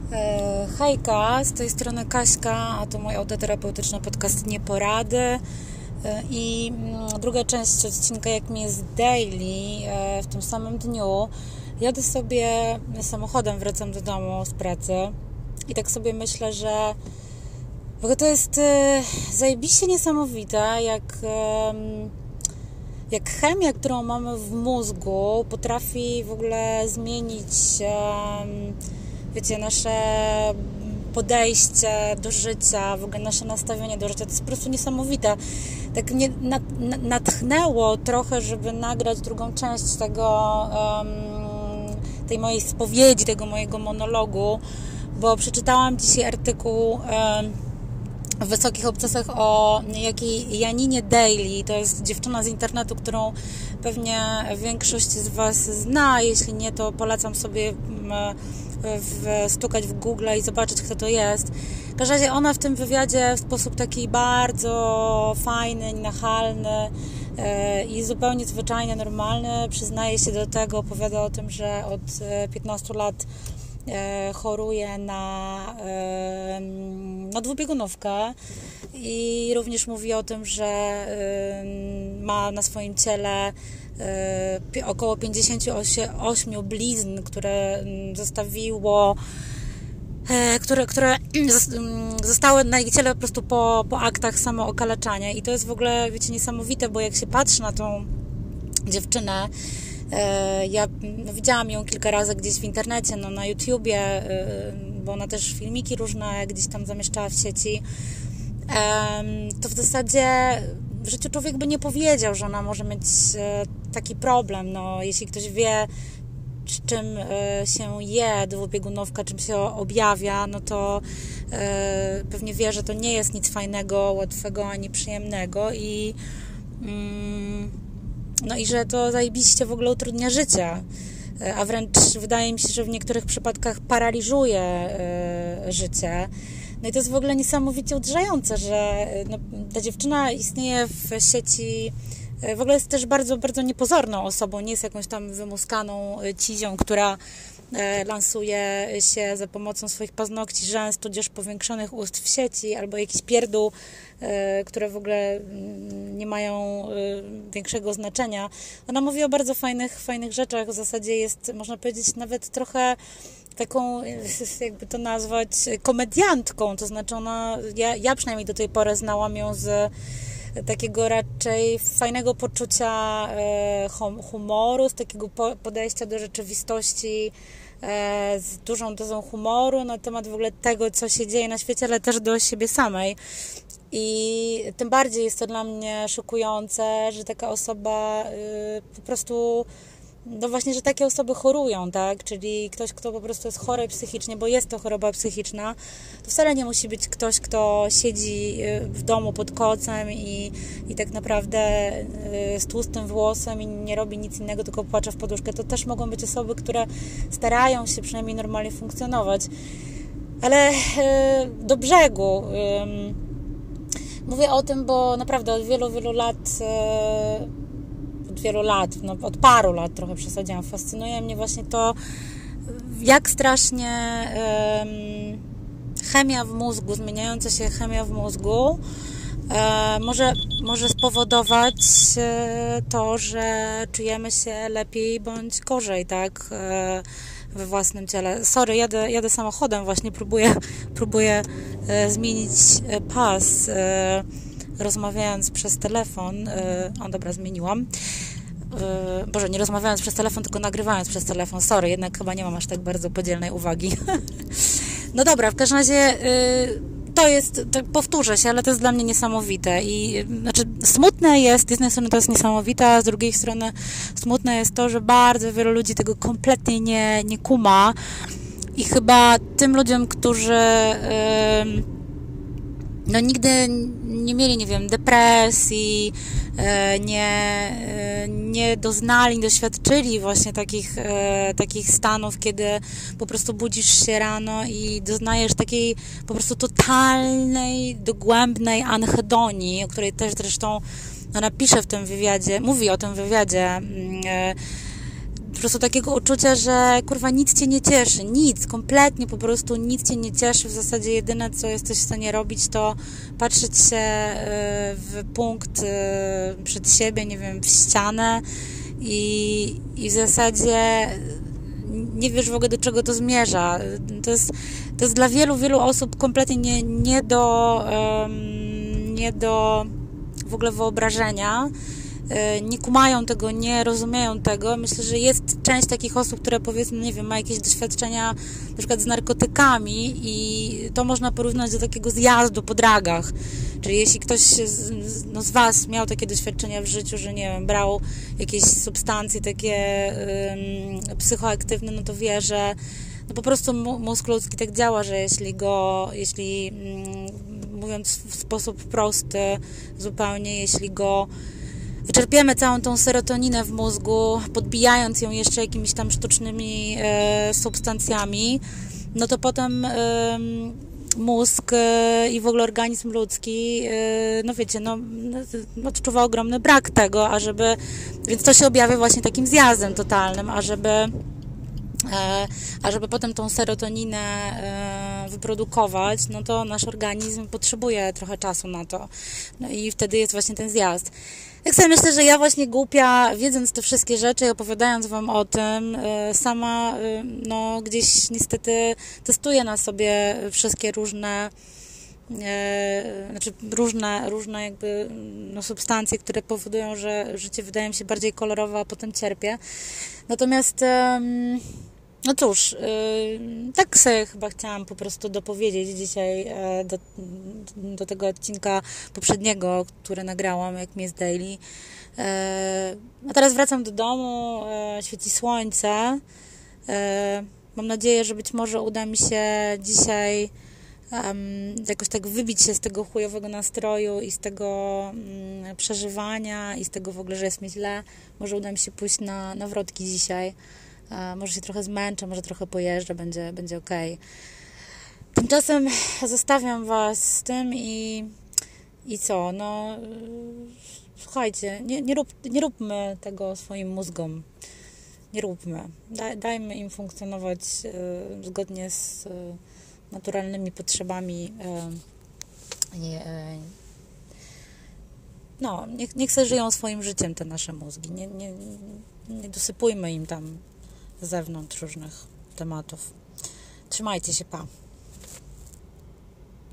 Hejka, z tej strony Kaśka, a to mój autoterapeutyczny podcast Nieporady i druga część odcinka Jak mi jest daily w tym samym dniu. Jadę sobie samochodem, wracam do domu z pracy i tak sobie myślę, że w ogóle to jest zajebiście niesamowite, jak chemia, którą mamy w mózgu, potrafi w ogóle zmienić nasze podejście do życia, w ogóle nasze nastawienie do życia. To jest po prostu niesamowite. Tak mnie natchnęło trochę, żeby nagrać drugą część tej mojej spowiedzi, tego mojego monologu, bo przeczytałam dzisiaj artykuł w Wysokich Obcasach o niejakiej Janinie Daly. To jest dziewczyna z internetu, którą pewnie większość z Was zna. Jeśli nie, to polecam sobie stukać w Google i zobaczyć, kto to jest. W każdym razie ona w tym wywiadzie w sposób taki bardzo fajny, nachalny i zupełnie zwyczajnie normalny przyznaje się do tego, opowiada o tym, że od 15 lat choruje na dwubiegunówkę i również mówi o tym, że ma na swoim ciele około 58 blizn, które które zostały na jej ciele po prostu po aktach samookaleczania. I to jest w ogóle, wiecie, niesamowite, bo jak się patrzy na tą dziewczynę, ja widziałam ją kilka razy gdzieś w internecie, na YouTubie, bo ona też filmiki różne gdzieś tam zamieszczała w sieci, to w zasadzie w życiu człowiek by nie powiedział, że ona może mieć taki problem. Jeśli ktoś wie, czym się je dwubiegunówka, czym się objawia, to pewnie wie, że to nie jest nic fajnego, łatwego ani przyjemnego i że to zajebiście w ogóle utrudnia życie, a wręcz wydaje mi się, że w niektórych przypadkach paraliżuje życie. I to jest w ogóle niesamowicie uderzające, że ta dziewczyna istnieje w sieci, w ogóle jest też bardzo, bardzo niepozorną osobą, nie jest jakąś tam wymuskaną cizią, która lansuje się za pomocą swoich paznokci, rzęs, tudzież powiększonych ust w sieci, albo jakiś pierdół, które w ogóle nie mają większego znaczenia. Ona mówi o bardzo fajnych rzeczach, w zasadzie jest, można powiedzieć, nawet trochę taką, jakby to nazwać, komediantką, to znaczy ja przynajmniej do tej pory znałam ją z takiego raczej fajnego poczucia humoru, z takiego podejścia do rzeczywistości z dużą dozą humoru na temat w ogóle tego, co się dzieje na świecie, ale też do siebie samej. I tym bardziej jest to dla mnie szokujące, że taka osoba po prostu, właśnie, że takie osoby chorują, tak? Czyli ktoś, kto po prostu jest chory psychicznie, bo jest to choroba psychiczna, to wcale nie musi być ktoś, kto siedzi w domu pod kocem i tak naprawdę z tłustym włosem i nie robi nic innego, tylko płacze w poduszkę. To też mogą być osoby, które starają się przynajmniej normalnie funkcjonować. Ale do brzegu. Mówię o tym, bo naprawdę od wielu lat, od paru lat trochę przesadziłam, fascynuje mnie właśnie to, jak strasznie chemia w mózgu, zmieniająca się chemia w mózgu może spowodować to, że czujemy się lepiej bądź gorzej, tak, we własnym ciele. Sorry, jadę samochodem, właśnie próbuję zmienić pas, rozmawiając przez telefon. Dobra, zmieniłam. Boże, nie rozmawiając przez telefon, tylko nagrywając przez telefon. Sorry, jednak chyba nie mam aż tak bardzo podzielnej uwagi. No dobra, w każdym razie to jest, powtórzę się, ale to jest dla mnie niesamowite i znaczy smutne jest, z jednej strony to jest niesamowite, a z drugiej strony smutne jest to, że bardzo wielu ludzi tego kompletnie nie kuma i chyba tym ludziom, którzy nigdy nie mieli, nie wiem, depresji, nie doznali, nie doświadczyli właśnie takich stanów, kiedy po prostu budzisz się rano i doznajesz takiej po prostu totalnej, dogłębnej anhedonii, o której też zresztą ona pisze w tym wywiadzie, mówi o tym wywiadzie, po prostu takiego uczucia, że kurwa nic cię nie cieszy, nic, kompletnie po prostu nic cię nie cieszy. W zasadzie jedyne, co jesteś w stanie robić, to patrzeć się w punkt przed siebie, nie wiem, w ścianę i w zasadzie nie wiesz w ogóle, do czego to zmierza. To jest dla wielu osób kompletnie nie do w ogóle wyobrażenia. Nie kumają tego, nie rozumieją tego. Myślę, że jest część takich osób, które powiedzmy, nie wiem, ma jakieś doświadczenia na przykład z narkotykami i to można porównać do takiego zjazdu po dragach. Czyli jeśli ktoś z Was miał takie doświadczenia w życiu, że nie wiem, brał jakieś substancje takie psychoaktywne, no to wie, że no po prostu mózg ludzki tak działa, że jeśli mówiąc w sposób prosty zupełnie, jeśli go wyczerpiemy całą tą serotoninę w mózgu, podbijając ją jeszcze jakimiś tam sztucznymi substancjami, no to potem mózg i w ogóle organizm ludzki, no wiecie, no odczuwa ogromny brak tego, więc to się objawia właśnie takim zjazdem totalnym, a żeby potem tą serotoninę wyprodukować, no to nasz organizm potrzebuje trochę czasu na to. No i wtedy jest właśnie ten zjazd. Tak sobie myślę, że ja właśnie głupia, wiedząc te wszystkie rzeczy i opowiadając Wam o tym, sama no gdzieś niestety testuję na sobie wszystkie różne różne jakby no, substancje, które powodują, że życie wydaje mi się bardziej kolorowe, a potem cierpię. Natomiast no cóż, tak sobie chyba chciałam po prostu dopowiedzieć dzisiaj do tego odcinka poprzedniego, który nagrałam, jak mi jest daily. A teraz wracam do domu, świeci słońce. Mam nadzieję, że być może uda mi się dzisiaj jakoś tak wybić się z tego chujowego nastroju i z tego przeżywania i z tego w ogóle, że jest mi źle. Może uda mi się pójść na wrotki dzisiaj. Może się trochę zmęczę, może trochę pojeżdżę, będzie okej. Tymczasem zostawiam Was z tym i co? No słuchajcie, nie róbmy tego swoim mózgom. Nie róbmy. Dajmy im funkcjonować zgodnie z naturalnymi potrzebami. No, niech sobie żyją swoim życiem te nasze mózgi. Nie dosypujmy im tam z zewnątrz różnych tematów. Trzymajcie się, pa.